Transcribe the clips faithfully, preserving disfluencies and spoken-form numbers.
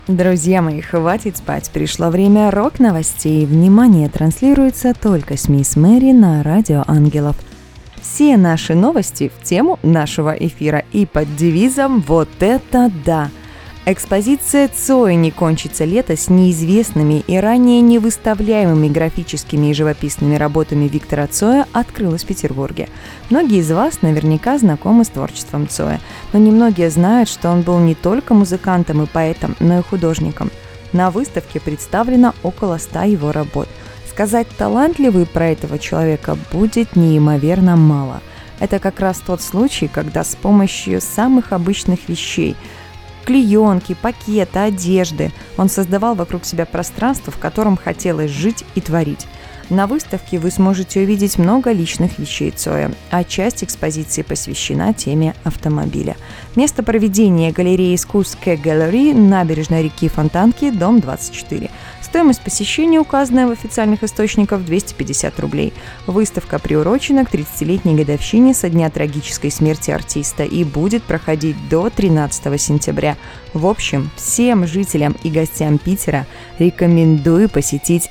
Друзья мои, хватит спать, пришло время рок-новостей. Внимание, транслируется только с мисс Мэри на Радио Ангелов. Все наши новости в тему нашего эфира и под девизом «Вот это да!». Экспозиция Цоя «Не кончится лето» с неизвестными и ранее не выставляемыми графическими и живописными работами Виктора Цоя открылась в Петербурге. Многие из вас наверняка знакомы с творчеством Цоя, но немногие знают, что он был не только музыкантом и поэтом, но и художником. На выставке представлено около ста его работ. Сказать талантливый про этого человека будет неимоверно мало. Это как раз тот случай, когда с помощью самых обычных вещей – клеенки, пакета, одежды. Он создавал вокруг себя пространство, в котором хотелось жить и творить. На выставке вы сможете увидеть много личных вещей Цоя, а часть экспозиции посвящена теме автомобиля. Место проведения галереи искусств К-Галери, набережной реки Фонтанки, дом двадцать четыре. Стоимость посещения, указанная в официальных источниках, двести пятьдесят рублей. Выставка приурочена к тридцатилетней годовщине со дня трагической смерти артиста и будет проходить до тринадцатого сентября. В общем, всем жителям и гостям Питера рекомендую посетить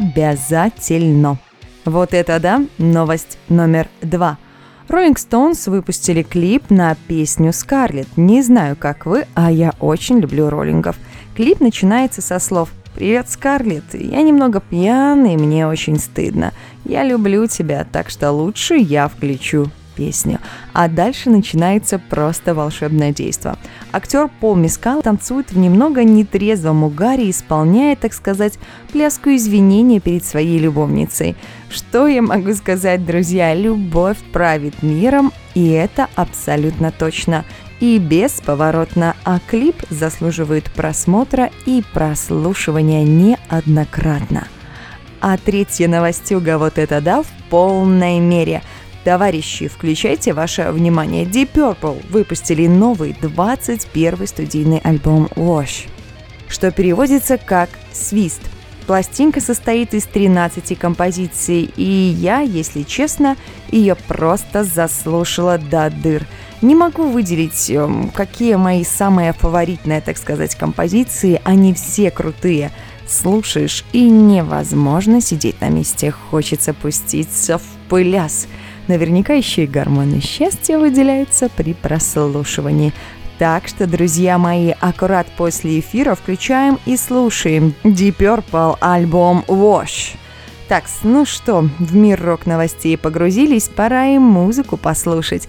обязательно. Вот это да, новость номер два. Rolling Stones выпустили клип на песню «Скарлетт». Не знаю, как вы, а я очень люблю роллингов. Клип начинается со слов: «Привет, Скарлетт, я немного пьяный, мне очень стыдно. Я люблю тебя, так что лучше я включу песню». А дальше начинается просто волшебное действо. Актер Пол Мескал танцует в немного нетрезвом угаре, исполняя, так сказать, пляску извинения перед своей любовницей. Что я могу сказать, друзья? Любовь правит миром, и это абсолютно точно. И бесповоротно, а клип заслуживает просмотра и прослушивания неоднократно. А третья новостюга «Вот это да» в полной мере. Товарищи, включайте ваше внимание. Deep Purple выпустили новый двадцать первый студийный альбом «Wash», что переводится как «свист». Пластинка состоит из тринадцати композиций, и я, если честно, ее просто заслушала до дыр. Не могу выделить, какие мои самые фаворитные, так сказать, композиции, они все крутые. Слушаешь, и невозможно сидеть на месте, хочется пуститься в пыляс. Наверняка еще и гормоны счастья выделяются при прослушивании. Так что, друзья мои, аккурат после эфира включаем и слушаем Deep Purple альбом «Wash». Так, ну что, в мир рок-новостей погрузились, пора и музыку послушать.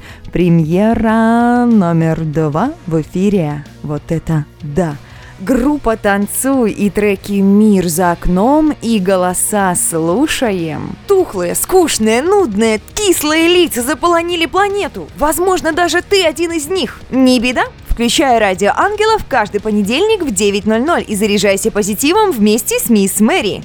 Премьера номер два в эфире. Вот это да! Группа «Танцуй» и треки «Мир за окном» и голоса слушаем. Тухлые, скучные, нудные, кислые лица заполонили планету. Возможно, даже ты один из них. Не беда. Включай Радио Ангелов каждый понедельник в девять ноль ноль и заряжайся позитивом вместе с мисс Мэри.